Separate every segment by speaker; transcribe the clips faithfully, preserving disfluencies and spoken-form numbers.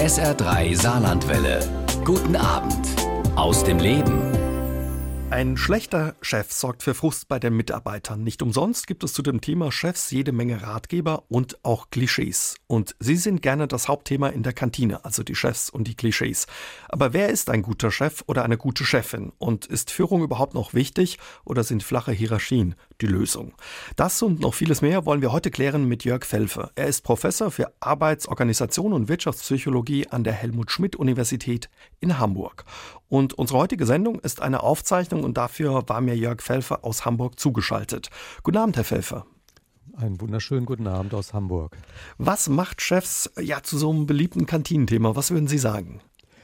Speaker 1: S R drei Saarlandwelle. Guten Abend aus dem Leben.
Speaker 2: Ein schlechter Chef sorgt für Frust bei den Mitarbeitern. Nicht umsonst gibt es zu dem Thema Chefs jede Menge Ratgeber und auch Klischees. Und sie sind gerne das Hauptthema in der Kantine, also die Chefs und die Klischees. Aber wer ist ein guter Chef oder eine gute Chefin? Und ist Führung überhaupt noch wichtig oder sind flache Hierarchien die Lösung? Das und noch vieles mehr wollen wir heute klären mit Jörg Felfe. Er ist Professor für Arbeits-, Organisation und Wirtschaftspsychologie an der Helmut-Schmidt-Universität in Hamburg. Und unsere heutige Sendung ist eine Aufzeichnung und dafür war mir Jörg Felfe aus Hamburg zugeschaltet. Guten Abend, Herr Felfe.
Speaker 3: Einen wunderschönen guten Abend aus Hamburg.
Speaker 2: Was macht Chefs ja zu so einem beliebten Kantinenthema? Was würden Sie sagen?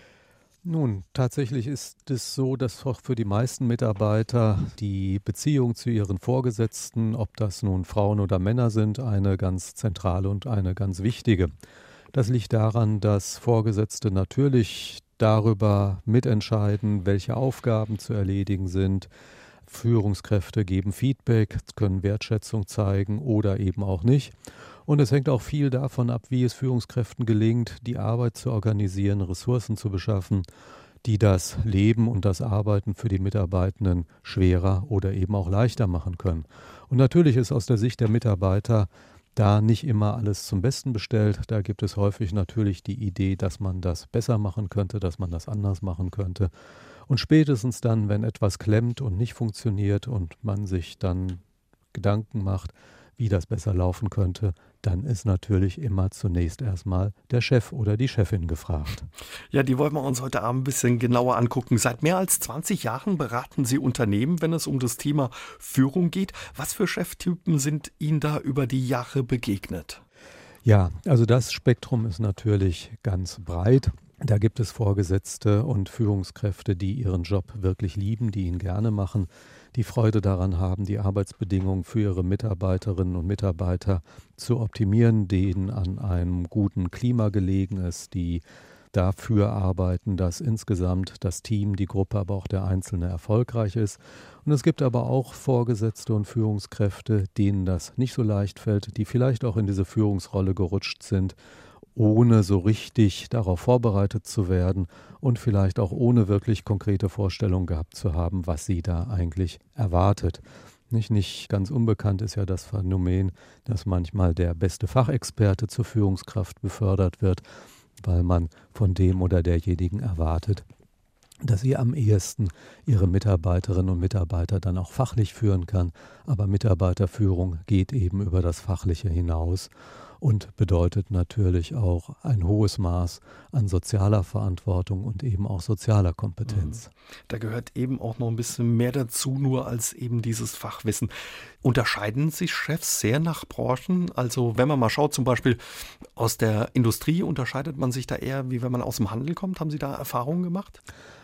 Speaker 3: Nun, tatsächlich ist es so, dass auch für die meisten Mitarbeiter die Beziehung zu ihren Vorgesetzten, ob das nun Frauen oder Männer sind, eine ganz zentrale und eine ganz wichtige. Das liegt daran, dass Vorgesetzte natürlich darüber mitentscheiden, welche Aufgaben zu erledigen sind. Führungskräfte geben Feedback, können Wertschätzung zeigen oder eben auch nicht. Und es hängt auch viel davon ab, wie es Führungskräften gelingt, die Arbeit zu organisieren, Ressourcen zu beschaffen, die das Leben und das Arbeiten für die Mitarbeitenden schwerer oder eben auch leichter machen können. Und natürlich ist aus der Sicht der Mitarbeiter da nicht immer alles zum Besten bestellt. Da gibt es häufig natürlich die Idee, dass man das besser machen könnte, dass man das anders machen könnte. Und spätestens dann, wenn etwas klemmt und nicht funktioniert und man sich dann Gedanken macht, wie das besser laufen könnte, dann ist natürlich immer zunächst erstmal der Chef oder die Chefin gefragt.
Speaker 2: Ja, die wollen wir uns heute Abend ein bisschen genauer angucken. Seit mehr als zwanzig Jahren beraten Sie Unternehmen, wenn es um das Thema Führung geht. Was für Cheftypen sind Ihnen da über die Jahre begegnet?
Speaker 3: Ja, also das Spektrum ist natürlich ganz breit. Da gibt es Vorgesetzte und Führungskräfte, die ihren Job wirklich lieben, die ihn gerne machen, die Freude daran haben, die Arbeitsbedingungen für ihre Mitarbeiterinnen und Mitarbeiter zu optimieren, denen an einem guten Klima gelegen ist, die dafür arbeiten, dass insgesamt das Team, die Gruppe, aber auch der Einzelne erfolgreich ist. Und es gibt aber auch Vorgesetzte und Führungskräfte, denen das nicht so leicht fällt, die vielleicht auch in diese Führungsrolle gerutscht sind, ohne so richtig darauf vorbereitet zu werden und vielleicht auch ohne wirklich konkrete Vorstellungen gehabt zu haben, was sie da eigentlich erwartet. Nicht, nicht ganz unbekannt ist ja das Phänomen, dass manchmal der beste Fachexperte zur Führungskraft befördert wird, weil man von dem oder derjenigen erwartet, dass sie am ehesten ihre Mitarbeiterinnen und Mitarbeiter dann auch fachlich führen kann. Aber Mitarbeiterführung geht eben über das Fachliche hinaus und bedeutet natürlich auch ein hohes Maß an sozialer Verantwortung und eben auch sozialer Kompetenz.
Speaker 2: Da gehört eben auch noch ein bisschen mehr dazu, nur als eben dieses Fachwissen. Unterscheiden sich Chefs sehr nach Branchen? Also wenn man mal schaut, zum Beispiel aus der Industrie, unterscheidet man sich da eher, wie wenn man aus dem Handel kommt? Haben Sie da Erfahrungen gemacht?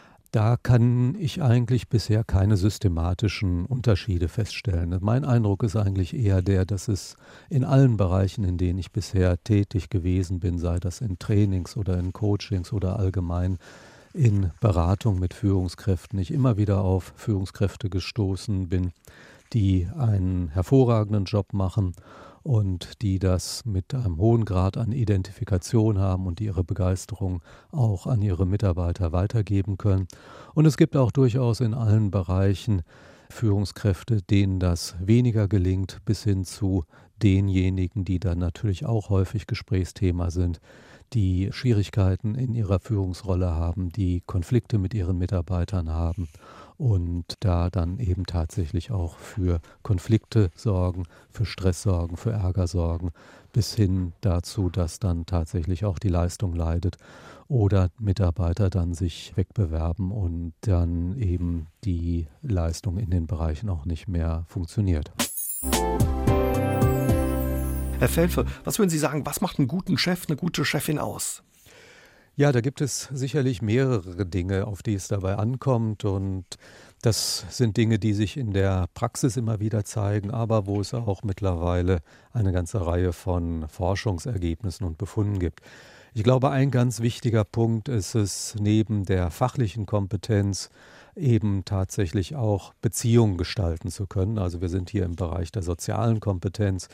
Speaker 3: Da kann ich eigentlich bisher keine systematischen Unterschiede feststellen. Mein Eindruck ist eigentlich eher der, dass es in allen Bereichen, in denen ich bisher tätig gewesen bin, sei das in Trainings oder in Coachings oder allgemein in Beratung mit Führungskräften, ich immer wieder auf Führungskräfte gestoßen bin, die einen hervorragenden Job machen und die das mit einem hohen Grad an Identifikation haben und die ihre Begeisterung auch an ihre Mitarbeiter weitergeben können. Und es gibt auch durchaus in allen Bereichen Führungskräfte, denen das weniger gelingt, bis hin zu denjenigen, die dann natürlich auch häufig Gesprächsthema sind, die Schwierigkeiten in ihrer Führungsrolle haben, die Konflikte mit ihren Mitarbeitern haben und da dann eben tatsächlich auch für Konflikte sorgen, für Stress sorgen, für Ärger sorgen, bis hin dazu, dass dann tatsächlich auch die Leistung leidet oder Mitarbeiter dann sich wegbewerben und dann eben die Leistung in den Bereichen auch nicht mehr funktioniert.
Speaker 2: Herr Felfe, was würden Sie sagen, was macht einen guten Chef, eine gute Chefin aus?
Speaker 3: Ja, da gibt es sicherlich mehrere Dinge, auf die es dabei ankommt, und das sind Dinge, die sich in der Praxis immer wieder zeigen, aber wo es auch mittlerweile eine ganze Reihe von Forschungsergebnissen und Befunden gibt. Ich glaube, ein ganz wichtiger Punkt ist es, neben der fachlichen Kompetenz eben tatsächlich auch Beziehungen gestalten zu können. Also wir sind hier im Bereich der sozialen Kompetenz.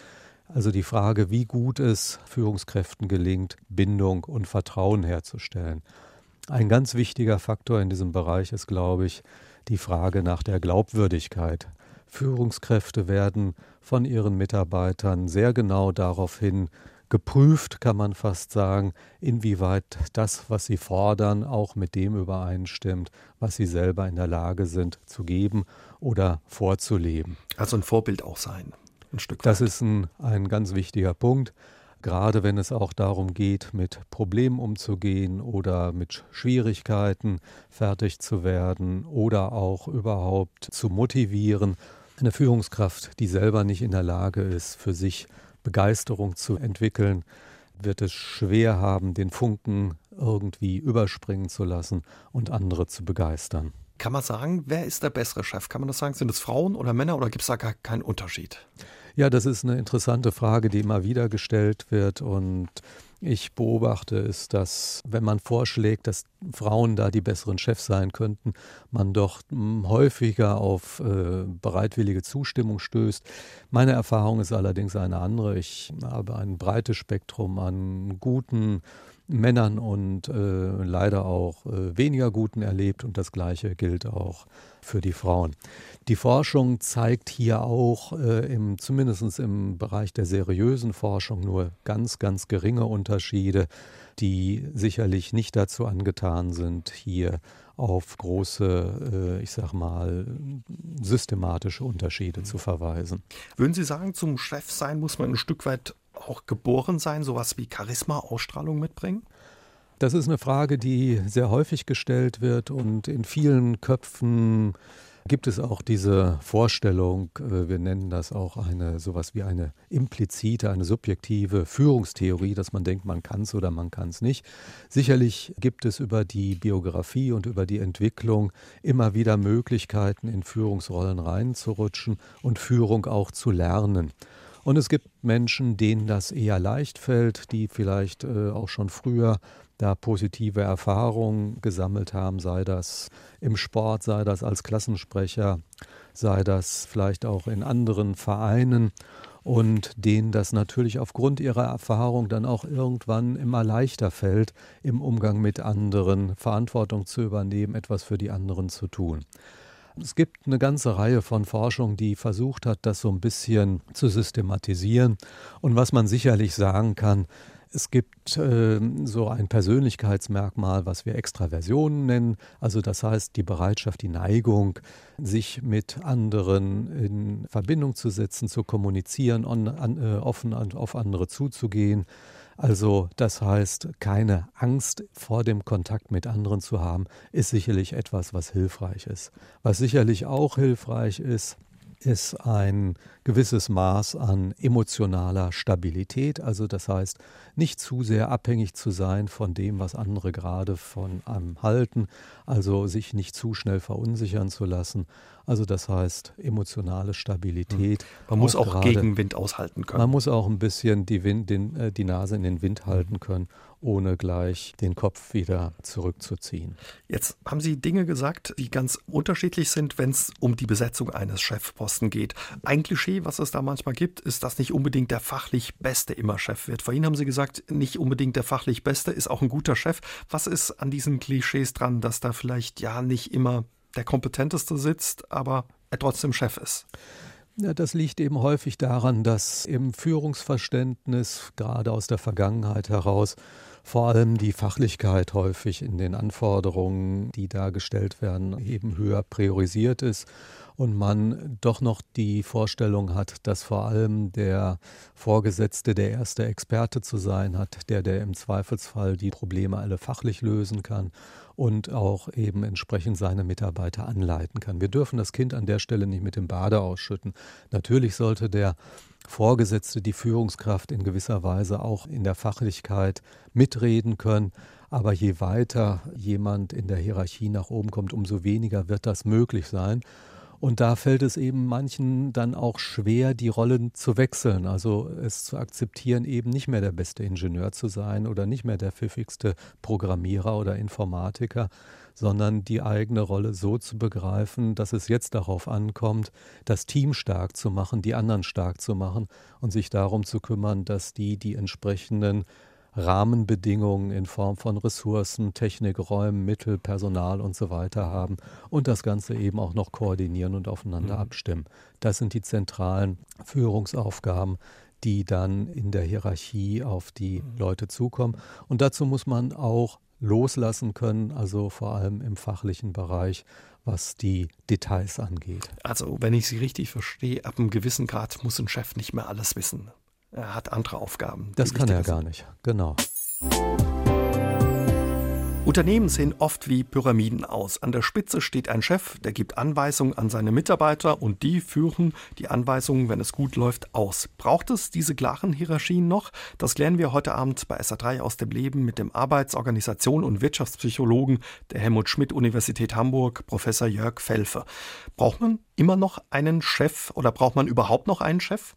Speaker 3: Also die Frage, wie gut es Führungskräften gelingt, Bindung und Vertrauen herzustellen. Ein ganz wichtiger Faktor in diesem Bereich ist, glaube ich, die Frage nach der Glaubwürdigkeit. Führungskräfte werden von ihren Mitarbeitern sehr genau daraufhin geprüft, kann man fast sagen, inwieweit das, was sie fordern, auch mit dem übereinstimmt, was sie selber in der Lage sind zu geben oder vorzuleben.
Speaker 2: Also ein Vorbild auch sein, ein Stück weit.
Speaker 3: Das ist ein, ein ganz wichtiger Punkt, gerade wenn es auch darum geht, mit Problemen umzugehen oder mit Schwierigkeiten fertig zu werden oder auch überhaupt zu motivieren. Eine Führungskraft, die selber nicht in der Lage ist, für sich Begeisterung zu entwickeln, wird es schwer haben, den Funken irgendwie überspringen zu lassen und andere zu begeistern.
Speaker 2: Kann man sagen, wer ist der bessere Chef? Kann man das sagen? Sind es Frauen oder Männer oder gibt es da gar keinen Unterschied?
Speaker 3: Ja, das ist eine interessante Frage, die immer wieder gestellt wird, und ich beobachte es, dass, wenn man vorschlägt, dass Frauen da die besseren Chefs sein könnten, man doch mh, häufiger auf äh, bereitwillige Zustimmung stößt. Meine Erfahrung ist allerdings eine andere. Ich habe ein breites Spektrum an guten Männern und äh, leider auch äh, weniger guten erlebt, und das Gleiche gilt auch für die Frauen. Die Forschung zeigt hier auch, äh, im, zumindest im Bereich der seriösen Forschung, nur ganz, ganz geringe Unterschiede, die sicherlich nicht dazu angetan sind, hier auf große, äh, ich sag mal, systematische Unterschiede zu verweisen.
Speaker 2: Würden Sie sagen, zum Chef sein muss man ein Stück weit auch geboren sein, sowas wie Charisma, Ausstrahlung mitbringen?
Speaker 3: Das ist eine Frage, die sehr häufig gestellt wird, und in vielen Köpfen gibt es auch diese Vorstellung, wir nennen das auch eine sowas wie eine implizite, eine subjektive Führungstheorie, dass man denkt, man kann es oder man kann es nicht. Sicherlich gibt es über die Biografie und über die Entwicklung immer wieder Möglichkeiten, in Führungsrollen reinzurutschen und Führung auch zu lernen. Und es gibt Menschen, denen das eher leicht fällt, die vielleicht äh, auch schon früher da positive Erfahrungen gesammelt haben, sei das im Sport, sei das als Klassensprecher, sei das vielleicht auch in anderen Vereinen, und denen das natürlich aufgrund ihrer Erfahrung dann auch irgendwann immer leichter fällt, im Umgang mit anderen Verantwortung zu übernehmen, etwas für die anderen zu tun. Es gibt eine ganze Reihe von Forschung, die versucht hat, das so ein bisschen zu systematisieren. Und was man sicherlich sagen kann, es gibt äh, so ein Persönlichkeitsmerkmal, was wir Extraversionen nennen. Also das heißt, die Bereitschaft, die Neigung, sich mit anderen in Verbindung zu setzen, zu kommunizieren, on, an, äh, offen an, auf andere zuzugehen. Also das heißt, keine Angst vor dem Kontakt mit anderen zu haben, ist sicherlich etwas, was hilfreich ist. Was sicherlich auch hilfreich ist, ist ein gewisses Maß an emotionaler Stabilität. Also das heißt, nicht zu sehr abhängig zu sein von dem, was andere gerade von einem halten. Also sich nicht zu schnell verunsichern zu lassen. Also das heißt, emotionale Stabilität.
Speaker 2: Man muss auch
Speaker 3: gerade,
Speaker 2: Gegenwind aushalten können.
Speaker 3: Man muss auch ein bisschen die, Wind, den, äh, die Nase in den Wind halten können, ohne gleich den Kopf wieder zurückzuziehen.
Speaker 2: Jetzt haben Sie Dinge gesagt, die ganz unterschiedlich sind, wenn es um die Besetzung eines Chefposten geht. Ein Klischee, was es da manchmal gibt, ist, dass nicht unbedingt der fachlich Beste immer Chef wird. Vorhin haben Sie gesagt, nicht unbedingt der fachlich Beste ist auch ein guter Chef. Was ist an diesen Klischees dran, dass da vielleicht ja nicht immer der Kompetenteste sitzt, aber er trotzdem Chef ist?
Speaker 3: Ja, das liegt eben häufig daran, dass im Führungsverständnis, gerade aus der Vergangenheit heraus, vor allem die Fachlichkeit häufig in den Anforderungen, die da gestellt werden, eben höher priorisiert ist und man doch noch die Vorstellung hat, dass vor allem der Vorgesetzte der erste Experte zu sein hat, der, der im Zweifelsfall die Probleme alle fachlich lösen kann und auch eben entsprechend seine Mitarbeiter anleiten kann. Wir dürfen das Kind an der Stelle nicht mit dem Bade ausschütten. Natürlich sollte der Vorgesetzte, die Führungskraft in gewisser Weise auch in der Fachlichkeit mitreden können. Aber je weiter jemand in der Hierarchie nach oben kommt, umso weniger wird das möglich sein. Und da fällt es eben manchen dann auch schwer, die Rollen zu wechseln, also es zu akzeptieren, eben nicht mehr der beste Ingenieur zu sein oder nicht mehr der pfiffigste Programmierer oder Informatiker, sondern die eigene Rolle so zu begreifen, dass es jetzt darauf ankommt, das Team stark zu machen, die anderen stark zu machen und sich darum zu kümmern, dass die die entsprechenden Rahmenbedingungen in Form von Ressourcen, Technik, Räumen, Mittel, Personal und so weiter haben und das Ganze eben auch noch koordinieren und aufeinander mhm. abstimmen. Das sind die zentralen Führungsaufgaben, die dann in der Hierarchie auf die mhm. Leute zukommen. Und dazu muss man auch loslassen können, also vor allem im fachlichen Bereich, was die Details angeht.
Speaker 2: Also wenn ich Sie richtig verstehe, ab einem gewissen Grad muss ein Chef nicht mehr alles wissen. Er hat andere Aufgaben.
Speaker 3: Das kann er gar nicht, genau.
Speaker 2: Unternehmen sehen oft wie Pyramiden aus. An der Spitze steht ein Chef, der gibt Anweisungen an seine Mitarbeiter und die führen die Anweisungen, wenn es gut läuft, aus. Braucht es diese klaren Hierarchien noch? Das klären wir heute Abend bei S R drei aus dem Leben mit dem Arbeitsorganisation- und Wirtschaftspsychologen der Helmut-Schmidt-Universität Hamburg, Professor Jörg Felfe. Braucht man immer noch einen Chef oder braucht man überhaupt noch einen Chef?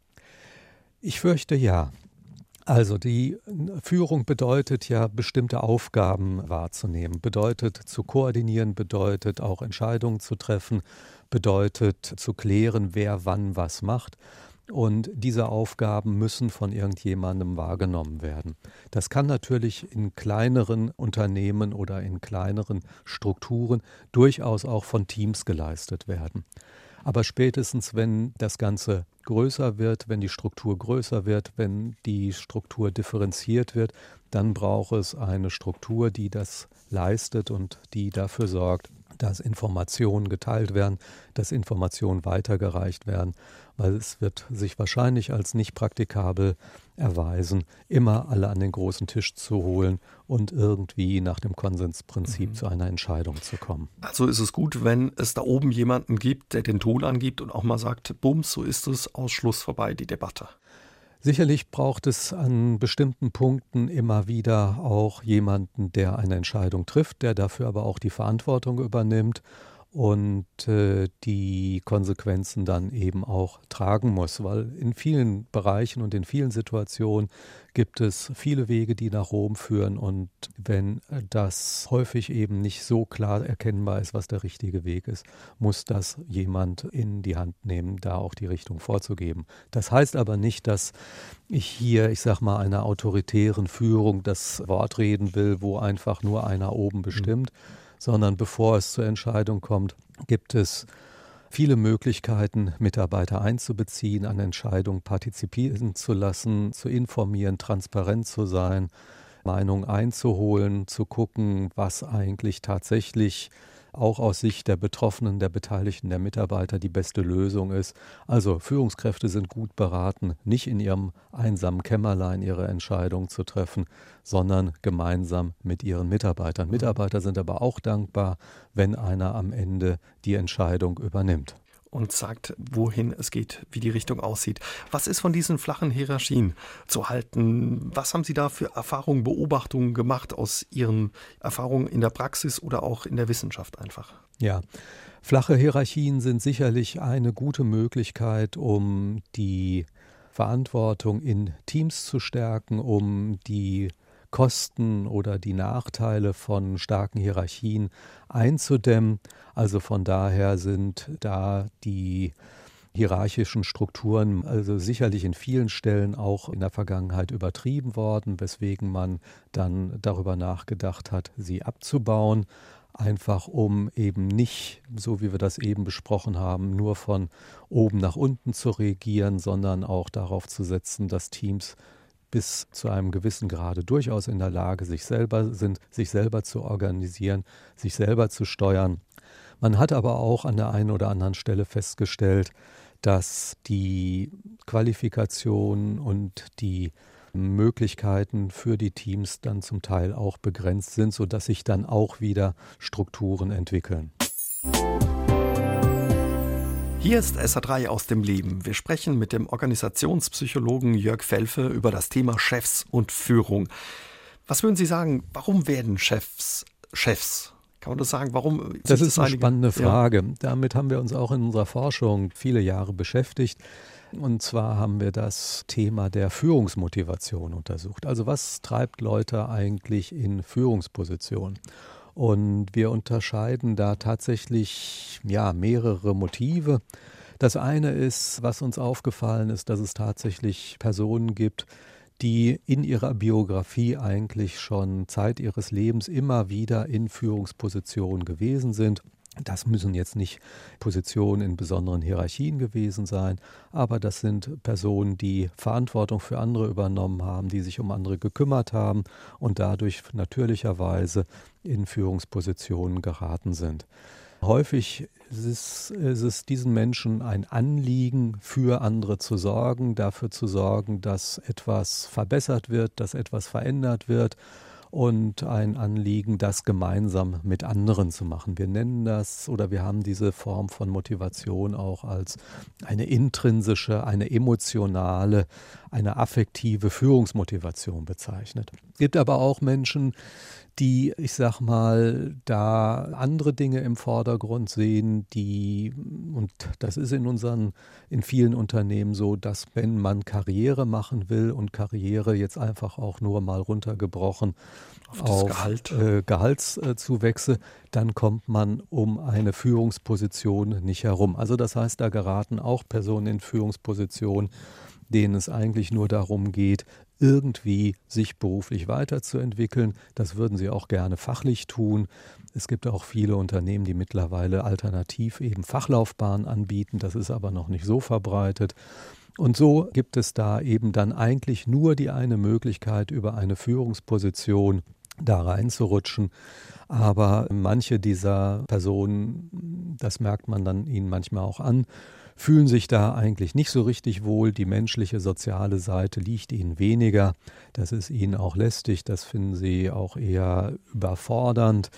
Speaker 3: Ich fürchte ja. Also die Führung bedeutet ja, bestimmte Aufgaben wahrzunehmen, bedeutet zu koordinieren, bedeutet auch Entscheidungen zu treffen, bedeutet zu klären, wer wann was macht. Und diese Aufgaben müssen von irgendjemandem wahrgenommen werden. Das kann natürlich in kleineren Unternehmen oder in kleineren Strukturen durchaus auch von Teams geleistet werden. Aber spätestens, wenn das Ganze größer wird, wenn die Struktur größer wird, wenn die Struktur differenziert wird, dann braucht es eine Struktur, die das leistet und die dafür sorgt, dass Informationen geteilt werden, dass Informationen weitergereicht werden, weil es wird sich wahrscheinlich als nicht praktikabel erweisen, immer alle an den großen Tisch zu holen und irgendwie nach dem Konsensprinzip mhm. zu einer Entscheidung zu kommen.
Speaker 2: Also ist es gut, wenn es da oben jemanden gibt, der den Ton angibt und auch mal sagt, bums, so ist es, Ausschluss vorbei, die Debatte.
Speaker 3: Sicherlich braucht es an bestimmten Punkten immer wieder auch jemanden, der eine Entscheidung trifft, der dafür aber auch die Verantwortung übernimmt und äh, die Konsequenzen dann eben auch tragen muss, weil in vielen Bereichen und in vielen Situationen gibt es viele Wege, die nach Rom führen und wenn das häufig eben nicht so klar erkennbar ist, was der richtige Weg ist, muss das jemand in die Hand nehmen, da auch die Richtung vorzugeben. Das heißt aber nicht, dass ich hier, ich sag mal, einer autoritären Führung das Wort reden will, wo einfach nur einer oben bestimmt, mhm. sondern bevor es zur Entscheidung kommt, gibt es viele Möglichkeiten, Mitarbeiter einzubeziehen, an Entscheidungen partizipieren zu lassen, zu informieren, transparent zu sein, Meinungen einzuholen, zu gucken, was eigentlich tatsächlich auch aus Sicht der Betroffenen, der Beteiligten, der Mitarbeiter die beste Lösung ist. Also Führungskräfte sind gut beraten, nicht in ihrem einsamen Kämmerlein ihre Entscheidungen zu treffen, sondern gemeinsam mit ihren Mitarbeitern. Mitarbeiter sind aber auch dankbar, wenn einer am Ende die Entscheidung übernimmt.
Speaker 2: Und sagt, wohin es geht, wie die Richtung aussieht. Was ist von diesen flachen Hierarchien zu halten? Was haben Sie da für Erfahrungen, Beobachtungen gemacht aus Ihren Erfahrungen in der Praxis oder auch in der Wissenschaft einfach?
Speaker 3: Ja, flache Hierarchien sind sicherlich eine gute Möglichkeit, um die Verantwortung in Teams zu stärken, um die Kosten oder die Nachteile von starken Hierarchien einzudämmen. Also von daher sind da die hierarchischen Strukturen also sicherlich in vielen Stellen auch in der Vergangenheit übertrieben worden, weswegen man dann darüber nachgedacht hat, sie abzubauen. Einfach um eben nicht, so wie wir das eben besprochen haben, nur von oben nach unten zu regieren, sondern auch darauf zu setzen, dass Teams bis zu einem gewissen Grade durchaus in der Lage sich selber sind, sich selber zu organisieren, sich selber zu steuern. Man hat aber auch an der einen oder anderen Stelle festgestellt, dass die Qualifikation und die Möglichkeiten für die Teams dann zum Teil auch begrenzt sind, sodass sich dann auch wieder Strukturen entwickeln.
Speaker 2: Hier ist S R drei aus dem Leben. Wir sprechen mit dem Organisationspsychologen Jörg Felfe über das Thema Chefs und Führung. Was würden Sie sagen, warum werden Chefs Chefs? Kann man das sagen? Warum?
Speaker 3: Das ist eine spannende Frage. Ja. Damit haben wir uns auch in unserer Forschung viele Jahre beschäftigt. Und zwar haben wir das Thema der Führungsmotivation untersucht. Also was treibt Leute eigentlich in Führungspositionen? Und wir unterscheiden da tatsächlich ja, mehrere Motive. Das eine ist, was uns aufgefallen ist, dass es tatsächlich Personen gibt, die in ihrer Biografie eigentlich schon Zeit ihres Lebens immer wieder in Führungspositionen gewesen sind. Das müssen jetzt nicht Positionen in besonderen Hierarchien gewesen sein, aber das sind Personen, die Verantwortung für andere übernommen haben, die sich um andere gekümmert haben und dadurch natürlicherweise in Führungspositionen geraten sind. Häufig ist es, ist es diesen Menschen ein Anliegen, für andere zu sorgen, dafür zu sorgen, dass etwas verbessert wird, dass etwas verändert wird. Und ein Anliegen, das gemeinsam mit anderen zu machen. Wir nennen das oder wir haben diese Form von Motivation auch als eine intrinsische, eine emotionale, eine affektive Führungsmotivation bezeichnet. Es gibt aber auch Menschen, die, ich sag mal, da andere Dinge im Vordergrund sehen, die, und das ist in unseren, in vielen Unternehmen so, dass wenn man Karriere machen will und Karriere jetzt einfach auch nur mal runtergebrochen
Speaker 2: auf, das
Speaker 3: auf
Speaker 2: Gehalt.
Speaker 3: äh, Gehaltszuwächse, dann kommt man um eine Führungsposition nicht herum. Also das heißt, da geraten auch Personen in Führungspositionen, denen es eigentlich nur darum geht, irgendwie sich beruflich weiterzuentwickeln. Das würden sie auch gerne fachlich tun. Es gibt auch viele Unternehmen, die mittlerweile alternativ eben Fachlaufbahnen anbieten. Das ist aber noch nicht so verbreitet. Und so gibt es da eben dann eigentlich nur die eine Möglichkeit, über eine Führungsposition da reinzurutschen. Aber manche dieser Personen, das merkt man dann ihnen manchmal auch an, fühlen sich da eigentlich nicht so richtig wohl. Die menschliche, soziale Seite liegt ihnen weniger. Das ist ihnen auch lästig. Das finden sie auch eher überfordernd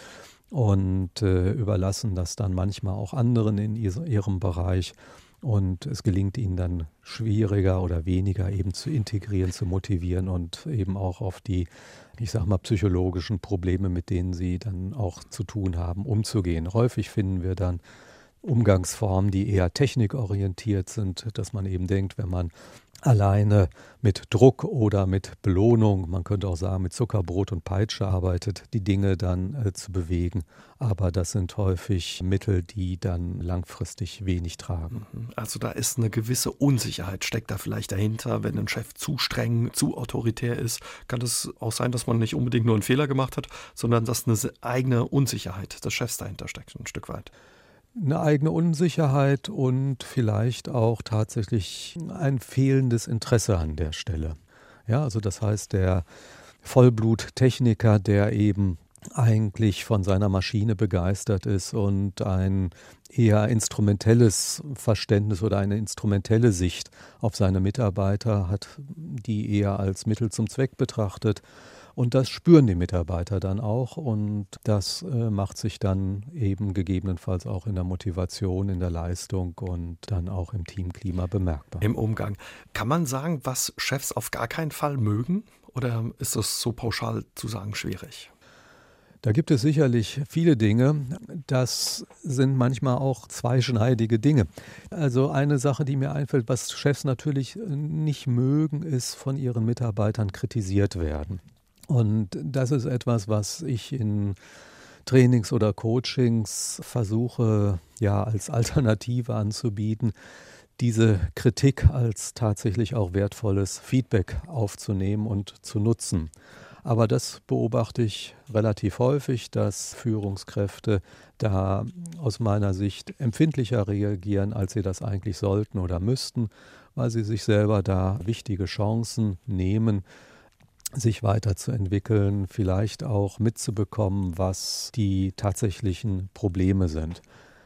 Speaker 3: und äh, überlassen das dann manchmal auch anderen in ihrem Bereich. Und es gelingt ihnen dann schwieriger oder weniger eben zu integrieren, zu motivieren und eben auch auf die, ich sag mal, psychologischen Probleme, mit denen sie dann auch zu tun haben, umzugehen. Häufig finden wir dann Umgangsformen, die eher technikorientiert sind, dass man eben denkt, wenn man alleine mit Druck oder mit Belohnung, man könnte auch sagen mit Zuckerbrot und Peitsche arbeitet, die Dinge dann äh, zu bewegen. Aber das sind häufig Mittel, die dann langfristig wenig tragen.
Speaker 2: Also da ist eine gewisse Unsicherheit, steckt da vielleicht dahinter, wenn ein Chef zu streng, zu autoritär ist. Kann es auch sein, dass man nicht unbedingt nur einen Fehler gemacht hat, sondern dass eine eigene Unsicherheit des Chefs dahinter steckt, ein Stück weit.
Speaker 3: Eine eigene Unsicherheit und vielleicht auch tatsächlich ein fehlendes Interesse an der Stelle. Ja, also das heißt, der Vollbluttechniker, der eben eigentlich von seiner Maschine begeistert ist und ein eher instrumentelles Verständnis oder eine instrumentelle Sicht auf seine Mitarbeiter hat, die eher als Mittel zum Zweck betrachtet. Und das spüren die Mitarbeiter dann auch und das äh, macht sich dann eben gegebenenfalls auch in der Motivation, in der Leistung und dann auch im Teamklima bemerkbar.
Speaker 2: Im Umgang. Kann man sagen, was Chefs auf gar keinen Fall mögen oder ist das so pauschal zu sagen schwierig?
Speaker 3: Da gibt es sicherlich viele Dinge. Das sind manchmal auch zweischneidige Dinge. Also eine Sache, die mir einfällt, was Chefs natürlich nicht mögen, ist von ihren Mitarbeitern kritisiert werden. Und das ist etwas, was ich in Trainings oder Coachings versuche, ja, als Alternative anzubieten, diese Kritik als tatsächlich auch wertvolles Feedback aufzunehmen und zu nutzen. Aber das beobachte ich relativ häufig, dass Führungskräfte da aus meiner Sicht empfindlicher reagieren, als sie das eigentlich sollten oder müssten, weil sie sich selber da wichtige Chancen nehmen, sich weiterzuentwickeln, vielleicht auch mitzubekommen, was die tatsächlichen Probleme sind.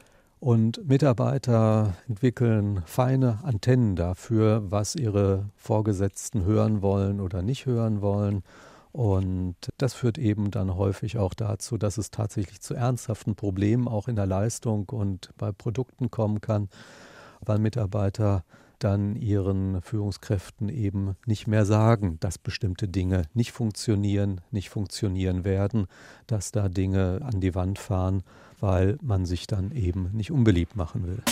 Speaker 3: Und Mitarbeiter entwickeln feine Antennen dafür, was ihre Vorgesetzten hören wollen oder nicht hören wollen. Und das führt eben dann häufig auch dazu, dass es tatsächlich zu ernsthaften Problemen auch in der Leistung und bei Produkten kommen kann, weil Mitarbeiter dann ihren Führungskräften eben nicht mehr sagen, dass bestimmte Dinge nicht funktionieren, nicht funktionieren werden, dass da Dinge an die Wand fahren, weil man sich dann eben nicht unbeliebt machen will.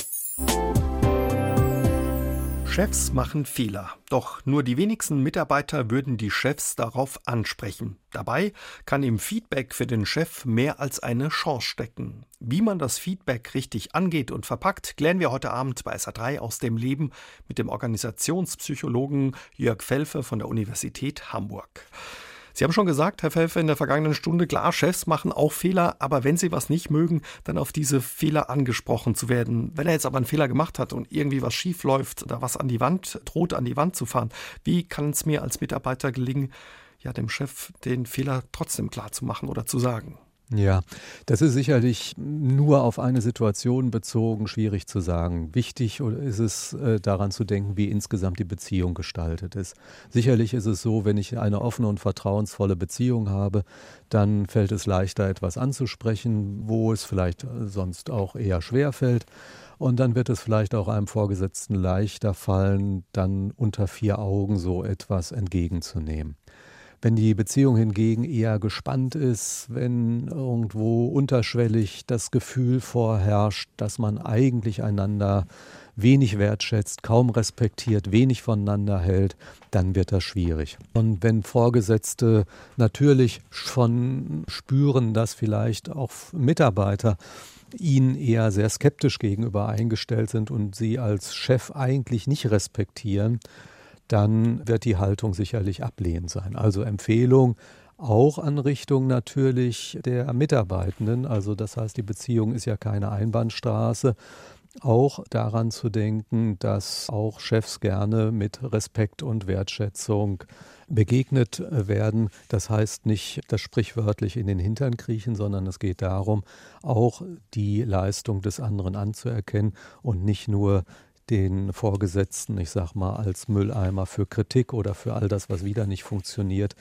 Speaker 2: Chefs machen Fehler, doch nur die wenigsten Mitarbeiter würden die Chefs darauf ansprechen. Dabei kann im Feedback für den Chef mehr als eine Chance stecken. Wie man das Feedback richtig angeht und verpackt, klären wir heute Abend bei S A drei aus dem Leben mit dem Organisationspsychologen Jörg Felfe von der Universität Hamburg. Sie haben schon gesagt, Herr Felfe, in der vergangenen Stunde, klar, Chefs machen auch Fehler, aber wenn sie was nicht mögen, dann auf diese Fehler angesprochen zu werden. Wenn er jetzt aber einen Fehler gemacht hat und irgendwie was schief läuft oder was an die Wand droht, an die Wand zu fahren, wie kann es mir als Mitarbeiter gelingen, ja, dem Chef den Fehler trotzdem klar zu machen oder zu sagen?
Speaker 3: Ja, das ist sicherlich nur auf eine Situation bezogen schwierig zu sagen. Wichtig ist es, daran zu denken, wie insgesamt die Beziehung gestaltet ist. Sicherlich ist es so, wenn ich eine offene und vertrauensvolle Beziehung habe, dann fällt es leichter, etwas anzusprechen, wo es vielleicht sonst auch eher schwer fällt. Und dann wird es vielleicht auch einem Vorgesetzten leichter fallen, dann unter vier Augen so etwas entgegenzunehmen. Wenn die Beziehung hingegen eher gespannt ist, wenn irgendwo unterschwellig das Gefühl vorherrscht, dass man eigentlich einander wenig wertschätzt, kaum respektiert, wenig voneinander hält, dann wird das schwierig. Und wenn Vorgesetzte natürlich schon spüren, dass vielleicht auch Mitarbeiter ihnen eher sehr skeptisch gegenüber eingestellt sind und sie als Chef eigentlich nicht respektieren, dann wird die Haltung sicherlich ablehnend sein. Also Empfehlung auch an Richtung natürlich der Mitarbeitenden. Also das heißt, die Beziehung ist ja keine Einbahnstraße. Auch daran zu denken, dass auch Chefs gerne mit Respekt und Wertschätzung begegnet werden. Das heißt nicht das sprichwörtlich in den Hintern kriechen, sondern es geht darum, auch die Leistung des anderen anzuerkennen und nicht nur den Vorgesetzten, ich sag mal, als Mülleimer für Kritik oder für all das, was wieder nicht funktioniert,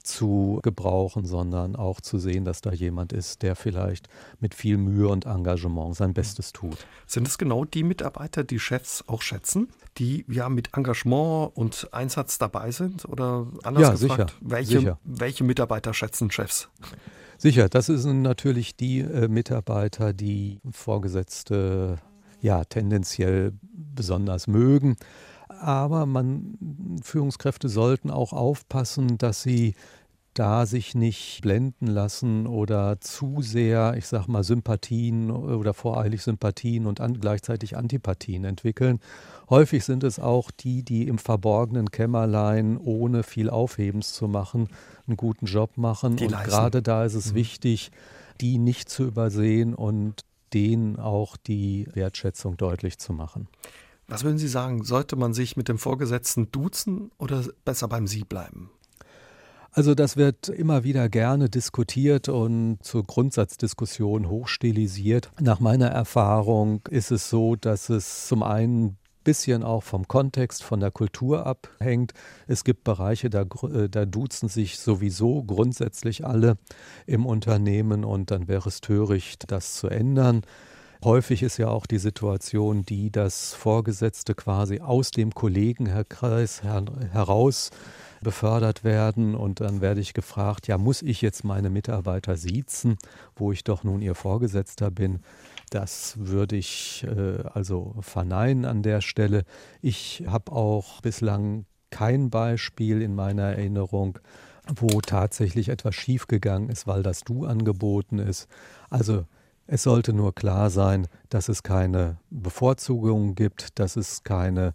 Speaker 3: zu gebrauchen, sondern auch zu sehen, dass da jemand ist, der vielleicht mit viel Mühe und Engagement sein Bestes tut.
Speaker 2: Sind es genau die Mitarbeiter, die Chefs auch schätzen, die ja mit Engagement und Einsatz dabei sind? Oder anders
Speaker 3: ja,
Speaker 2: gefragt,
Speaker 3: sicher,
Speaker 2: welche,
Speaker 3: sicher.
Speaker 2: welche Mitarbeiter schätzen Chefs?
Speaker 3: Sicher, das sind natürlich die äh, Mitarbeiter, die Vorgesetzte ja tendenziell besonders mögen. Aber man, Führungskräfte sollten auch aufpassen, dass sie da sich nicht blenden lassen oder zu sehr, ich sag mal, Sympathien oder voreilig Sympathien und an, gleichzeitig Antipathien entwickeln. Häufig sind es auch die, die im verborgenen Kämmerlein, ohne viel Aufhebens zu machen, einen guten Job machen.
Speaker 2: Die
Speaker 3: und
Speaker 2: leisten.
Speaker 3: Gerade da ist es
Speaker 2: Mhm.
Speaker 3: wichtig, die nicht zu übersehen und denen auch die Wertschätzung deutlich zu machen.
Speaker 2: Was würden Sie sagen, sollte man sich mit dem Vorgesetzten duzen oder besser beim Sie bleiben?
Speaker 3: Also das wird immer wieder gerne diskutiert und zur Grundsatzdiskussion hochstilisiert. Nach meiner Erfahrung ist es so, dass es zum einen bisschen auch vom Kontext, von der Kultur abhängt. Es gibt Bereiche, da, da duzen sich sowieso grundsätzlich alle im Unternehmen und dann wäre es töricht, das zu ändern. Häufig ist ja auch die Situation die, dass Vorgesetzte quasi aus dem Kollegenkreis her- heraus befördert werden und dann werde ich gefragt, ja, muss ich jetzt meine Mitarbeiter siezen, wo ich doch nun ihr Vorgesetzter bin? Das würde ich äh, also verneinen an der Stelle. Ich habe auch bislang kein Beispiel in meiner Erinnerung, wo tatsächlich etwas schiefgegangen ist, weil das Du angeboten ist. Also es sollte nur klar sein, dass es keine Bevorzugungen gibt, dass es keine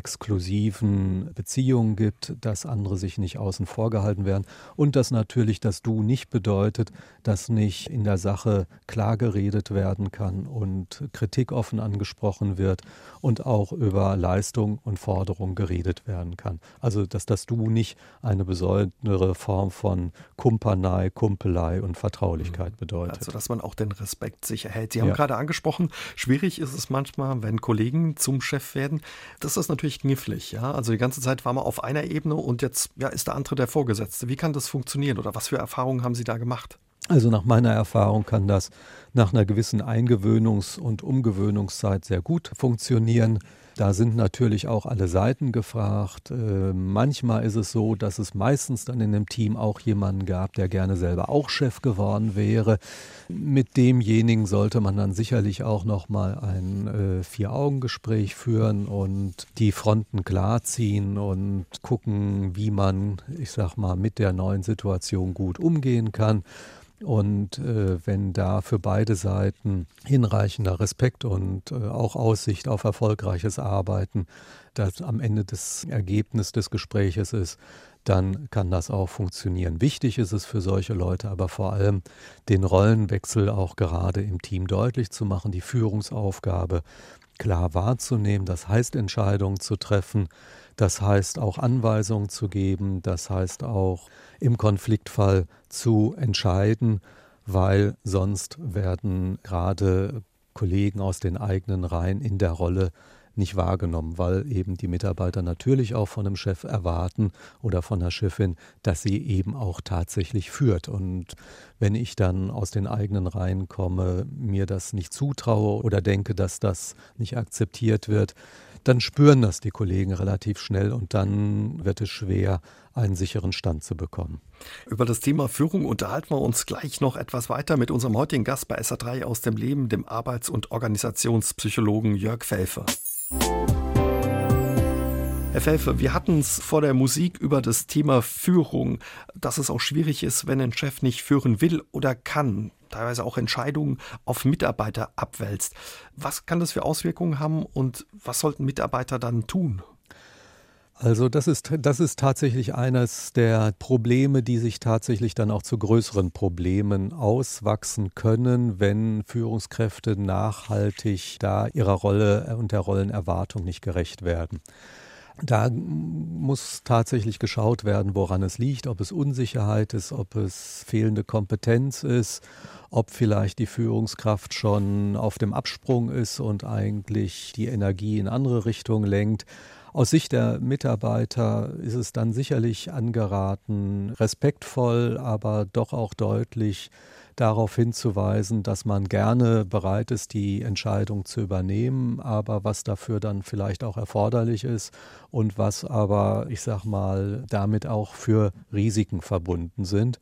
Speaker 3: exklusiven Beziehungen gibt, dass andere sich nicht außen vor gehalten werden und dass natürlich das Du nicht bedeutet, dass nicht in der Sache klar geredet werden kann und Kritik offen angesprochen wird und auch über Leistung und Forderung geredet werden kann. Also dass das Du nicht eine besondere Form von Kumpanei, Kumpelei und Vertraulichkeit bedeutet.
Speaker 2: Also dass man auch den Respekt sich erhält. Sie haben
Speaker 3: Ja.
Speaker 2: gerade angesprochen, schwierig ist es manchmal, wenn Kollegen zum Chef werden. Das ist natürlich knifflig. Ja? Also die ganze Zeit war man auf einer Ebene und jetzt ja, ist der andere der Vorgesetzte. Wie kann das funktionieren oder was für Erfahrungen haben Sie da gemacht?
Speaker 3: Also nach meiner Erfahrung kann das nach einer gewissen Eingewöhnungs- und Umgewöhnungszeit sehr gut funktionieren. Da sind natürlich auch alle Seiten gefragt. Äh, manchmal ist es so, dass es meistens dann in einem Team auch jemanden gab, der gerne selber auch Chef geworden wäre. Mit demjenigen sollte man dann sicherlich auch nochmal ein äh, Vier-Augen-Gespräch führen und die Fronten klarziehen und gucken, wie man, ich sag mal, mit der neuen Situation gut umgehen kann. Und äh, wenn da für beide Seiten hinreichender Respekt und äh, auch Aussicht auf erfolgreiches Arbeiten das am Ende des Ergebnisses des Gespräches ist, dann kann das auch funktionieren. Wichtig ist es für solche Leute aber vor allem, den Rollenwechsel auch gerade im Team deutlich zu machen, die Führungsaufgabe klar wahrzunehmen, das heißt Entscheidungen zu treffen, das heißt auch Anweisungen zu geben, das heißt auch im Konfliktfall zu entscheiden, weil sonst werden gerade Kollegen aus den eigenen Reihen in der Rolle nicht wahrgenommen, weil eben die Mitarbeiter natürlich auch von einem Chef erwarten oder von der Chefin, dass sie eben auch tatsächlich führt. Und wenn ich dann aus den eigenen Reihen komme, mir das nicht zutraue oder denke, dass das nicht akzeptiert wird, dann spüren das die Kollegen relativ schnell und dann wird es schwer, einen sicheren Stand zu bekommen.
Speaker 2: Über das Thema Führung unterhalten wir uns gleich noch etwas weiter mit unserem heutigen Gast bei S R drei aus dem Leben, dem Arbeits- und Organisationspsychologen Jörg Felfer. Herr Felfer, wir hatten es vor der Musik über das Thema Führung, dass es auch schwierig ist, wenn ein Chef nicht führen will oder kann, teilweise auch Entscheidungen auf Mitarbeiter abwälzt. Was kann das für Auswirkungen haben und was sollten Mitarbeiter dann tun?
Speaker 3: Also das ist, das ist tatsächlich eines der Probleme, die sich tatsächlich dann auch zu größeren Problemen auswachsen können, wenn Führungskräfte nachhaltig da ihrer Rolle und der Rollenerwartung nicht gerecht werden. Da muss tatsächlich geschaut werden, woran es liegt, ob es Unsicherheit ist, ob es fehlende Kompetenz ist, ob vielleicht die Führungskraft schon auf dem Absprung ist und eigentlich die Energie in andere Richtungen lenkt. Aus Sicht der Mitarbeiter ist es dann sicherlich angeraten, respektvoll, aber doch auch deutlich darauf hinzuweisen, dass man gerne bereit ist, die Entscheidung zu übernehmen, aber was dafür dann vielleicht auch erforderlich ist und was aber, ich sag mal, damit auch für Risiken verbunden sind.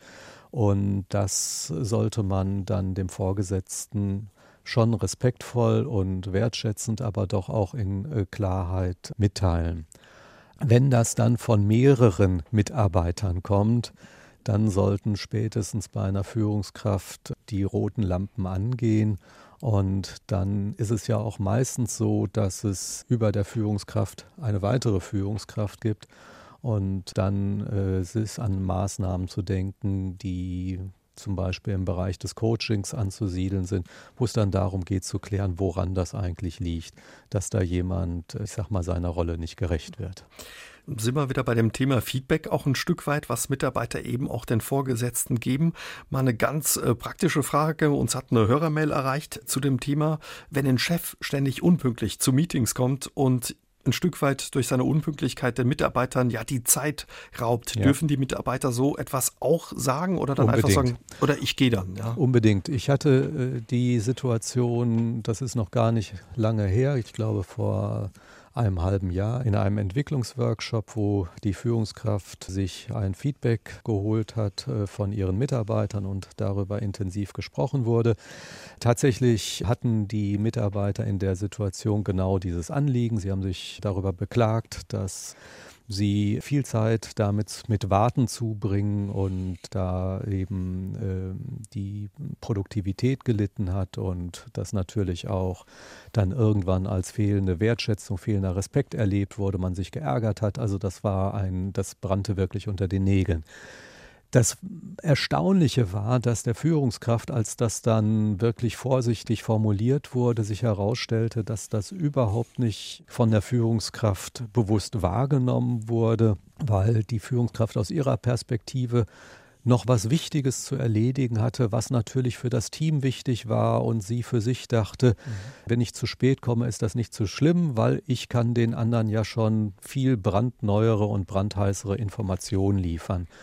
Speaker 3: Und das sollte man dann dem Vorgesetzten schon respektvoll und wertschätzend, aber doch auch in äh, Klarheit mitteilen. Wenn das dann von mehreren Mitarbeitern kommt, dann sollten spätestens bei einer Führungskraft die roten Lampen angehen. Und dann ist es ja auch meistens so, dass es über der Führungskraft eine weitere Führungskraft gibt. Und dann äh, es ist an Maßnahmen zu denken, die zum Beispiel im Bereich des Coachings anzusiedeln sind, wo es dann darum geht zu klären, woran das eigentlich liegt, dass da jemand, ich sag mal, seiner Rolle nicht gerecht wird.
Speaker 2: Sind wir wieder bei dem Thema Feedback auch ein Stück weit, was Mitarbeiter eben auch den Vorgesetzten geben. Mal eine ganz äh, praktische Frage. Uns hat eine Hörermail erreicht zu dem Thema, wenn ein Chef ständig unpünktlich zu Meetings kommt und ein Stück weit durch seine Unpünktlichkeit den Mitarbeitern ja die Zeit raubt. Ja. Dürfen die Mitarbeiter so etwas auch sagen oder dann Unbedingt. einfach sagen, oder ich gehe dann? Ja?
Speaker 3: Unbedingt. Ich hatte äh, die Situation, das ist noch gar nicht lange her, ich glaube vor einem halben Jahr in einem Entwicklungsworkshop, wo die Führungskraft sich ein Feedback geholt hat äh, von ihren Mitarbeitern und darüber intensiv gesprochen wurde. Tatsächlich hatten die Mitarbeiter in der Situation genau dieses Anliegen. Sie haben sich darüber beklagt, dass sie viel Zeit damit mit Warten zubringen und da eben äh, die Produktivität gelitten hat und das natürlich auch dann irgendwann als fehlende Wertschätzung, fehlender Respekt erlebt wurde, man sich geärgert hat. Also das war ein, das brannte wirklich unter den Nägeln. Das Erstaunliche war, dass der Führungskraft, als das dann wirklich vorsichtig formuliert wurde, sich herausstellte, dass das überhaupt nicht von der Führungskraft bewusst wahrgenommen wurde, weil die Führungskraft aus ihrer Perspektive noch was Wichtiges zu erledigen hatte, was natürlich für das Team wichtig war und sie für sich dachte, mhm. wenn ich zu spät komme, ist das nicht so schlimm, weil ich kann den anderen ja schon viel brandneuere und brandheißere Informationen liefern.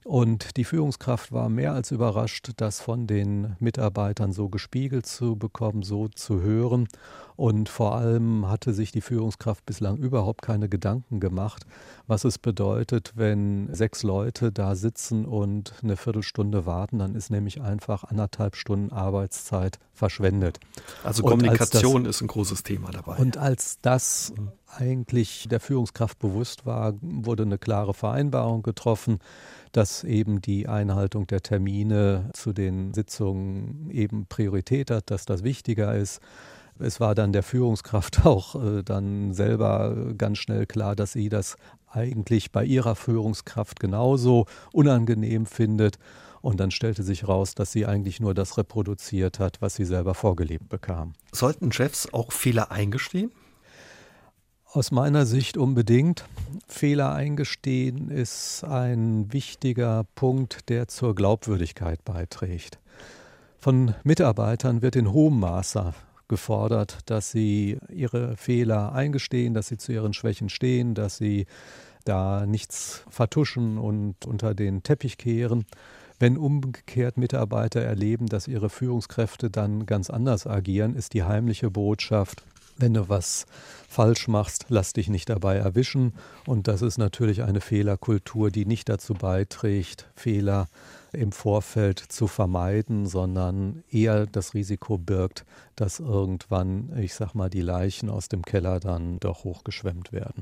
Speaker 3: Und die Führungskraft war mehr als überrascht, das von den Mitarbeitern so gespiegelt zu bekommen, so zu hören. Und vor allem hatte sich die Führungskraft bislang überhaupt keine Gedanken gemacht, was es bedeutet, wenn sechs Leute da sitzen und eine Viertelstunde warten, dann ist nämlich einfach anderthalb Stunden Arbeitszeit verschwendet.
Speaker 2: Also
Speaker 3: Und
Speaker 2: Kommunikation
Speaker 3: das,
Speaker 2: ist ein großes Thema dabei.
Speaker 3: Und als das eigentlich der Führungskraft bewusst war, wurde eine klare Vereinbarung getroffen, dass eben die Einhaltung der Termine zu den Sitzungen eben Priorität hat, dass das wichtiger ist. Es war dann der Führungskraft auch äh, dann selber ganz schnell klar, dass sie das eigentlich bei ihrer Führungskraft genauso unangenehm findet. Und dann stellte sich raus, dass sie eigentlich nur das reproduziert hat, was sie selber vorgelebt bekam.
Speaker 2: Sollten Chefs auch Fehler eingestehen?
Speaker 3: Aus meiner Sicht unbedingt. Fehler eingestehen ist ein wichtiger Punkt, der zur Glaubwürdigkeit beiträgt. Von Mitarbeitern wird in hohem Maße gefordert, dass sie ihre Fehler eingestehen, dass sie zu ihren Schwächen stehen, dass sie da nichts vertuschen und unter den Teppich kehren. Wenn umgekehrt Mitarbeiter erleben, dass ihre Führungskräfte dann ganz anders agieren, ist die heimliche Botschaft: Wenn du was falsch machst, lass dich nicht dabei erwischen. Und das ist natürlich eine Fehlerkultur, die nicht dazu beiträgt, Fehler im Vorfeld zu vermeiden, sondern eher das Risiko birgt, dass irgendwann, ich sag mal, die Leichen aus dem Keller dann doch hochgeschwemmt werden.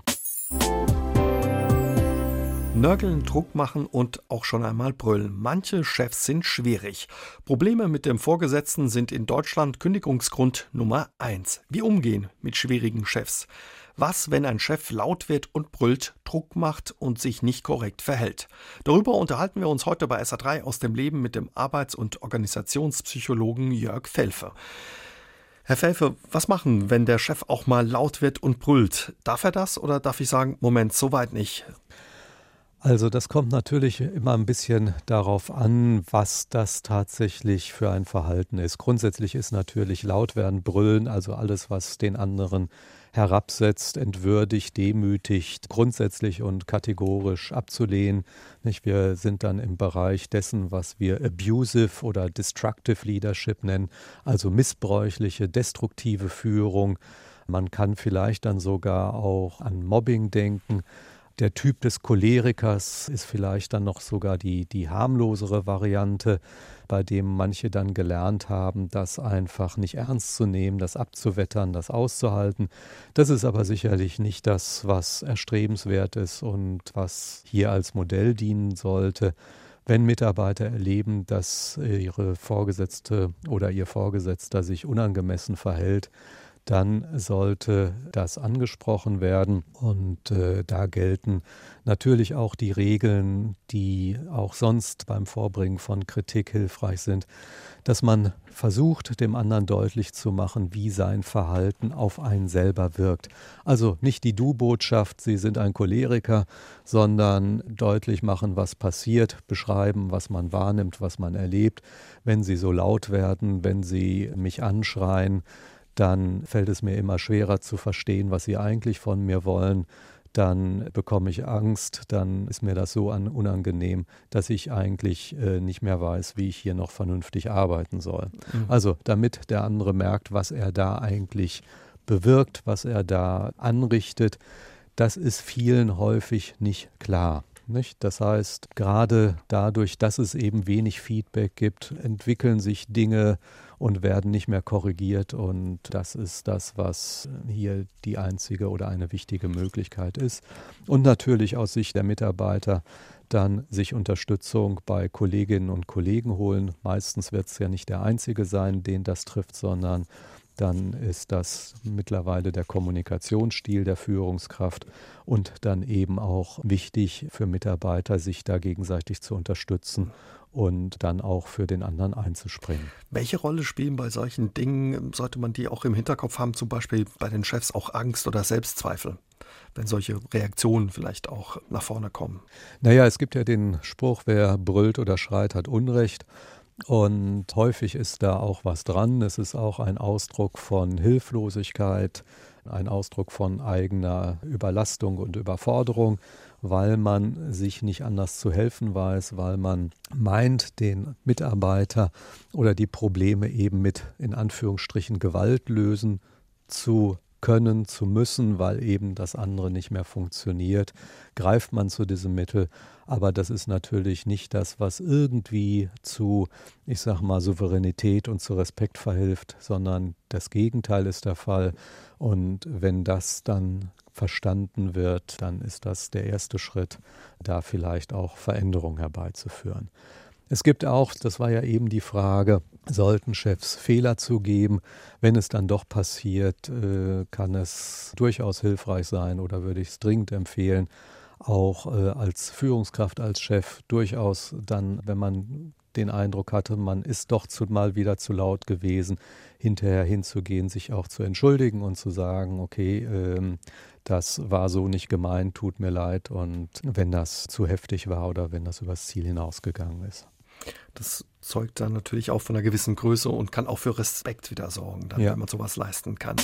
Speaker 2: Nörgeln, Druck machen und auch schon einmal brüllen. Manche Chefs sind schwierig. Probleme mit dem Vorgesetzten sind in Deutschland Kündigungsgrund Nummer eins. Wie umgehen mit schwierigen Chefs? Was, wenn ein Chef laut wird und brüllt, Druck macht und sich nicht korrekt verhält? Darüber unterhalten wir uns heute bei S A drei aus dem Leben mit dem Arbeits- und Organisationspsychologen Jörg Felfe. Herr Felfe, was machen, wenn der Chef auch mal laut wird und brüllt? Darf er das oder darf ich sagen, Moment, so weit nicht?
Speaker 3: Also das kommt natürlich immer ein bisschen darauf an, was das tatsächlich für ein Verhalten ist. Grundsätzlich ist natürlich laut werden, brüllen, also alles, was den anderen herabsetzt, entwürdigt, demütigt, grundsätzlich und kategorisch abzulehnen. Nicht? Wir sind dann im Bereich dessen, was wir abusive oder destructive Leadership nennen, also missbräuchliche, destruktive Führung. Man kann vielleicht dann sogar auch an Mobbing denken. Der Typ des Cholerikers ist vielleicht dann noch sogar die, die harmlosere Variante, bei dem manche dann gelernt haben, das einfach nicht ernst zu nehmen, das abzuwettern, das auszuhalten. Das ist aber sicherlich nicht das, was erstrebenswert ist und was hier als Modell dienen sollte. Wenn Mitarbeiter erleben, dass ihre Vorgesetzte oder ihr Vorgesetzter sich unangemessen verhält, dann sollte das angesprochen werden. Und äh, da gelten natürlich auch die Regeln, die auch sonst beim Vorbringen von Kritik hilfreich sind, dass man versucht, dem anderen deutlich zu machen, wie sein Verhalten auf einen selber wirkt. Also nicht die Du-Botschaft, Sie sind ein Choleriker, sondern deutlich machen, was passiert, beschreiben, was man wahrnimmt, was man erlebt. Wenn Sie so laut werden, wenn Sie mich anschreien, dann fällt es mir immer schwerer zu verstehen, was Sie eigentlich von mir wollen. Dann bekomme ich Angst, dann ist mir das so unangenehm, dass ich eigentlich äh, nicht mehr weiß, wie ich hier noch vernünftig arbeiten soll. Mhm. Also damit der andere merkt, was er da eigentlich bewirkt, was er da anrichtet, das ist vielen häufig nicht klar. Nicht? Das heißt, gerade dadurch, dass es eben wenig Feedback gibt, entwickeln sich Dinge und werden nicht mehr korrigiert. Und das ist das, was hier die einzige oder eine wichtige Möglichkeit ist. Und natürlich aus Sicht der Mitarbeiter dann sich Unterstützung bei Kolleginnen und Kollegen holen. Meistens wird es ja nicht der Einzige sein, den das trifft, sondern dann ist das mittlerweile der Kommunikationsstil der Führungskraft und dann eben auch wichtig für Mitarbeiter, sich da gegenseitig zu unterstützen und dann auch für den anderen einzuspringen.
Speaker 2: Welche Rolle spielen bei solchen Dingen, sollte man die auch im Hinterkopf haben, zum Beispiel bei den Chefs auch Angst oder Selbstzweifel, wenn solche Reaktionen vielleicht auch nach vorne kommen?
Speaker 3: Naja, es gibt ja den Spruch, wer brüllt oder schreit, hat Unrecht. Und häufig ist da auch was dran. Es ist auch ein Ausdruck von Hilflosigkeit, ein Ausdruck von eigener Überlastung und Überforderung, weil man sich nicht anders zu helfen weiß, weil man meint, den Mitarbeiter oder die Probleme eben mit, in Anführungsstrichen, Gewalt lösen zu können, zu müssen, weil eben das andere nicht mehr funktioniert, greift man zu diesem Mittel. Aber das ist natürlich nicht das, was irgendwie zu, ich sag mal, Souveränität und zu Respekt verhilft, sondern das Gegenteil ist der Fall. Und wenn das dann verstanden wird, dann ist das der erste Schritt, da vielleicht auch Veränderungen herbeizuführen. Es gibt auch, das war ja eben die Frage, sollten Chefs Fehler zugeben? Wenn es dann doch passiert, äh, kann es durchaus hilfreich sein oder würde ich es dringend empfehlen, auch äh, als Führungskraft, als Chef durchaus dann, wenn man den Eindruck hatte, man ist doch zu, mal wieder zu laut gewesen, hinterher hinzugehen, sich auch zu entschuldigen und zu sagen, okay, ähm, das war so nicht gemeint, tut mir leid, und wenn das zu heftig war oder wenn das übers Ziel hinausgegangen ist.
Speaker 2: Das zeugt dann natürlich auch von einer gewissen Größe und kann auch für Respekt wieder sorgen, dann,
Speaker 3: ja.
Speaker 2: wenn man sowas leisten kann.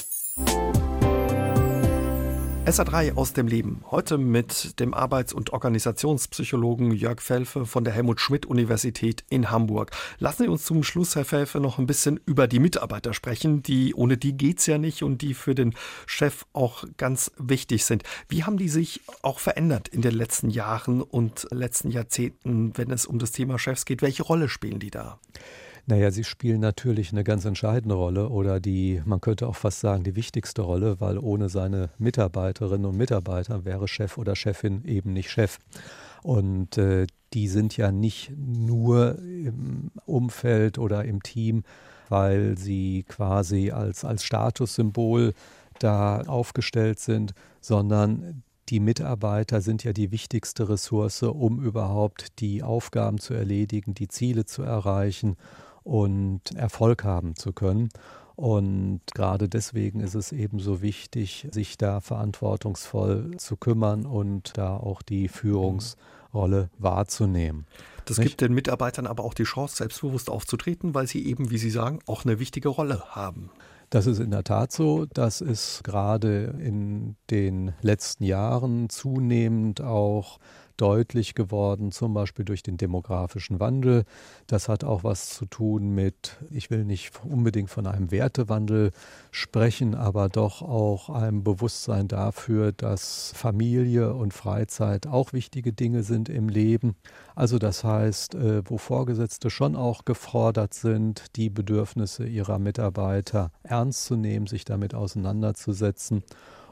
Speaker 2: S R drei aus dem Leben. Heute mit dem Arbeits- und Organisationspsychologen Jörg Felfe von der Helmut-Schmidt-Universität in Hamburg. Lassen Sie uns zum Schluss, Herr Felfe, noch ein bisschen über die Mitarbeiter sprechen, die, ohne die geht's ja nicht und die für den Chef auch ganz wichtig sind. Wie haben die sich auch verändert in den letzten Jahren und letzten Jahrzehnten, wenn es um das Thema Chefs geht? Welche Rolle spielen die da?
Speaker 3: Naja, sie spielen natürlich eine ganz entscheidende Rolle oder die, man könnte auch fast sagen, die wichtigste Rolle, weil ohne seine Mitarbeiterinnen und Mitarbeiter wäre Chef oder Chefin eben nicht Chef. Und äh, die sind ja nicht nur im Umfeld oder im Team, weil sie quasi als, als Statussymbol da aufgestellt sind, sondern die Mitarbeiter sind ja die wichtigste Ressource, um überhaupt die Aufgaben zu erledigen, die Ziele zu erreichen und Erfolg haben zu können. Und gerade deswegen ist es eben so wichtig, sich da verantwortungsvoll zu kümmern und da auch die Führungsrolle wahrzunehmen.
Speaker 2: Das
Speaker 3: Nicht?
Speaker 2: gibt den Mitarbeitern aber auch die Chance, selbstbewusst aufzutreten, weil sie eben, wie Sie sagen, auch eine wichtige Rolle haben.
Speaker 3: Das ist in der Tat so. Das ist gerade in den letzten Jahren zunehmend auch deutlich geworden, zum Beispiel durch den demografischen Wandel. Das hat auch was zu tun mit, ich will nicht unbedingt von einem Wertewandel sprechen, aber doch auch einem Bewusstsein dafür, dass Familie und Freizeit auch wichtige Dinge sind im Leben. Also das heißt, wo Vorgesetzte schon auch gefordert sind, die Bedürfnisse ihrer Mitarbeiter ernst zu nehmen, sich damit auseinanderzusetzen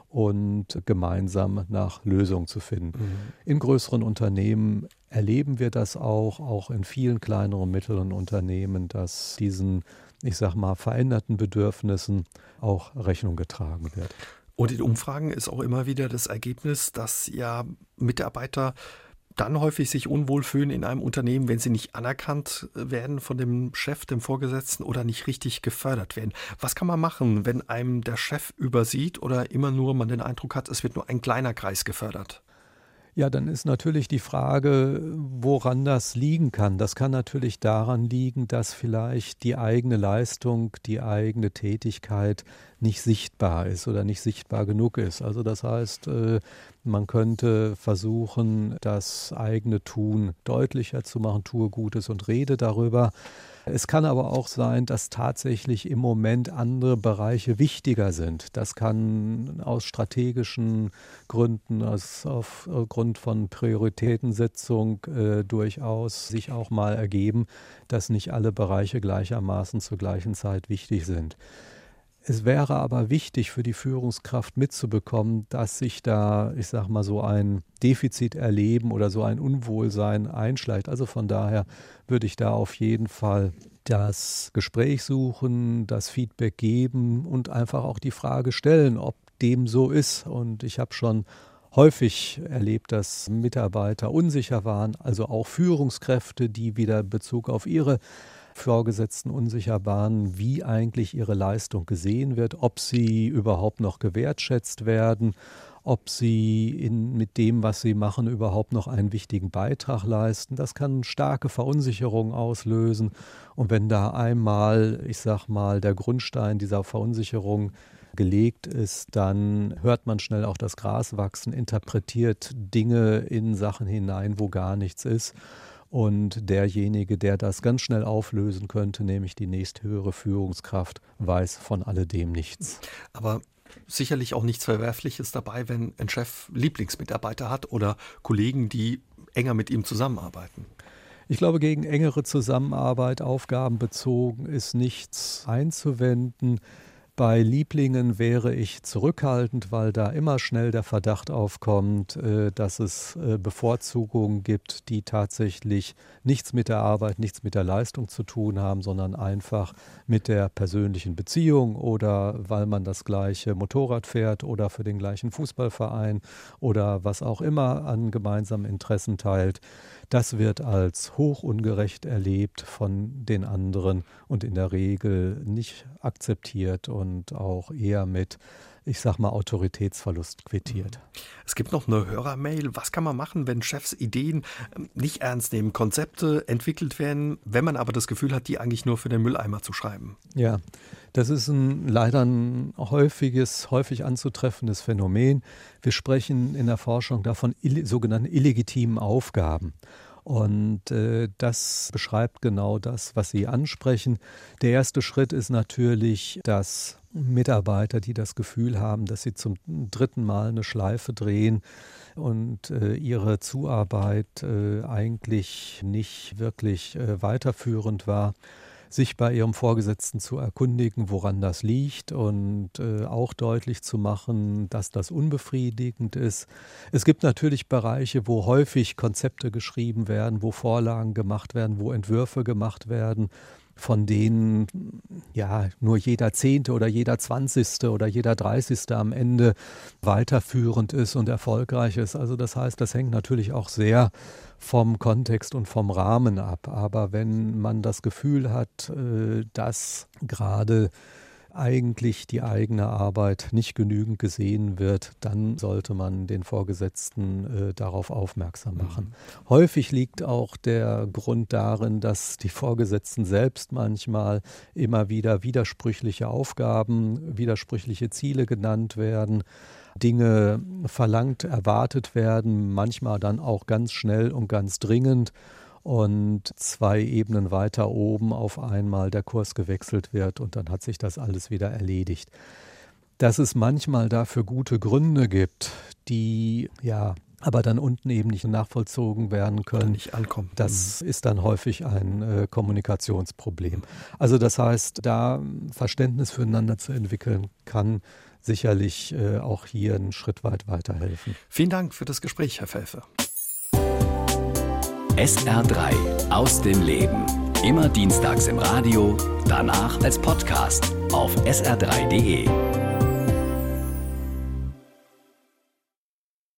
Speaker 3: und gemeinsam nach Lösungen zu finden. Mhm. In größeren Unternehmen erleben wir das auch, auch in vielen kleineren und mittleren Unternehmen, dass diesen, ich sag mal, veränderten Bedürfnissen auch Rechnung getragen wird.
Speaker 2: Und in Umfragen ist auch immer wieder das Ergebnis, dass ja Mitarbeiter dann häufig sich unwohl fühlen in einem Unternehmen, wenn sie nicht anerkannt werden von dem Chef, dem Vorgesetzten oder nicht richtig gefördert werden. Was kann man machen, wenn einem der Chef übersieht oder immer nur man den Eindruck hat, es wird nur ein kleiner Kreis gefördert?
Speaker 3: Ja, dann ist natürlich die Frage, woran das liegen kann. Das kann natürlich daran liegen, dass vielleicht die eigene Leistung, die eigene Tätigkeit nicht sichtbar ist oder nicht sichtbar genug ist. Also das heißt, man könnte versuchen, das eigene Tun deutlicher zu machen, tue Gutes und rede darüber. Es kann aber auch sein, dass tatsächlich im Moment andere Bereiche wichtiger sind. Das kann aus strategischen Gründen, aus, aufgrund von Prioritätensetzung äh, durchaus sich auch mal ergeben, dass nicht alle Bereiche gleichermaßen zur gleichen Zeit wichtig sind. Es wäre aber wichtig für die Führungskraft mitzubekommen, dass sich da, ich sag mal, so ein Defizit erleben oder so ein Unwohlsein einschleicht. Also von daher würde ich da auf jeden Fall das Gespräch suchen, das Feedback geben und einfach auch die Frage stellen, ob dem so ist. Und ich habe schon häufig erlebt, dass Mitarbeiter unsicher waren, also auch Führungskräfte, die wieder Bezug auf ihre Vorgesetzten unsicher waren, wie eigentlich ihre Leistung gesehen wird, ob sie überhaupt noch gewertschätzt werden, ob sie in, mit dem, was sie machen, überhaupt noch einen wichtigen Beitrag leisten. Das kann starke Verunsicherung auslösen. Und wenn da einmal, ich sag mal, der Grundstein dieser Verunsicherung gelegt ist, dann hört man schnell auch das Gras wachsen, interpretiert Dinge in Sachen hinein, wo gar nichts ist. Und derjenige, der das ganz schnell auflösen könnte, nämlich die nächsthöhere Führungskraft, weiß von alledem nichts.
Speaker 2: Aber sicherlich auch nichts Verwerfliches dabei, wenn ein Chef Lieblingsmitarbeiter hat oder Kollegen, die enger mit ihm zusammenarbeiten.
Speaker 3: Ich glaube, gegen engere Zusammenarbeit, aufgabenbezogen, ist nichts einzuwenden. Bei Lieblingen wäre ich zurückhaltend, weil da immer schnell der Verdacht aufkommt, dass es Bevorzugungen gibt, die tatsächlich nichts mit der Arbeit, nichts mit der Leistung zu tun haben, sondern einfach mit der persönlichen Beziehung oder weil man das gleiche Motorrad fährt oder für den gleichen Fußballverein oder was auch immer an gemeinsamen Interessen teilt. Das wird als hoch ungerecht erlebt von den anderen und in der Regel nicht akzeptiert und auch eher mit, ich sag mal, Autoritätsverlust quittiert.
Speaker 2: Es gibt noch eine Hörermail. Was kann man machen, wenn Chefs Ideen nicht ernst nehmen, Konzepte entwickelt werden, wenn man aber das Gefühl hat, die eigentlich nur für den Mülleimer zu schreiben?
Speaker 3: Ja, das ist ein leider ein häufiges, häufig anzutreffendes Phänomen. Wir sprechen in der Forschung davon ill- sogenannten illegitimen Aufgaben. Und äh, das beschreibt genau das, was Sie ansprechen. Der erste Schritt ist natürlich, dass Mitarbeiter, die das Gefühl haben, dass sie zum dritten Mal eine Schleife drehen und äh, ihre Zuarbeit äh, eigentlich nicht wirklich äh, weiterführend war, sich bei ihrem Vorgesetzten zu erkundigen, woran das liegt und äh, auch deutlich zu machen, dass das unbefriedigend ist. Es gibt natürlich Bereiche, wo häufig Konzepte geschrieben werden, wo Vorlagen gemacht werden, wo Entwürfe gemacht werden, von denen ja nur jeder Zehnte oder jeder Zwanzigste oder jeder Dreißigste am Ende weiterführend ist und erfolgreich ist. Also das heißt, das hängt natürlich auch sehr vom Kontext und vom Rahmen ab. Aber wenn man das Gefühl hat, dass gerade eigentlich die eigene Arbeit nicht genügend gesehen wird, dann sollte man den Vorgesetzten äh, darauf aufmerksam machen. Mhm. Häufig liegt auch der Grund darin, dass die Vorgesetzten selbst manchmal immer wieder widersprüchliche Aufgaben, widersprüchliche Ziele genannt werden, Dinge verlangt, erwartet werden, manchmal dann auch ganz schnell und ganz dringend. Und zwei Ebenen weiter oben auf einmal der Kurs gewechselt wird und dann hat sich das alles wieder erledigt. Dass es manchmal dafür gute Gründe gibt, die ja aber dann unten eben nicht nachvollzogen werden können,
Speaker 2: nicht ankommen.
Speaker 3: Das ist dann häufig ein äh, Kommunikationsproblem. Also das heißt, da Verständnis füreinander zu entwickeln, kann sicherlich äh, auch hier einen Schritt weit weiterhelfen.
Speaker 2: Vielen Dank für das Gespräch, Herr Felfe.
Speaker 1: S R drei aus dem Leben. Immer dienstags im Radio, danach als Podcast auf S R drei punkt de.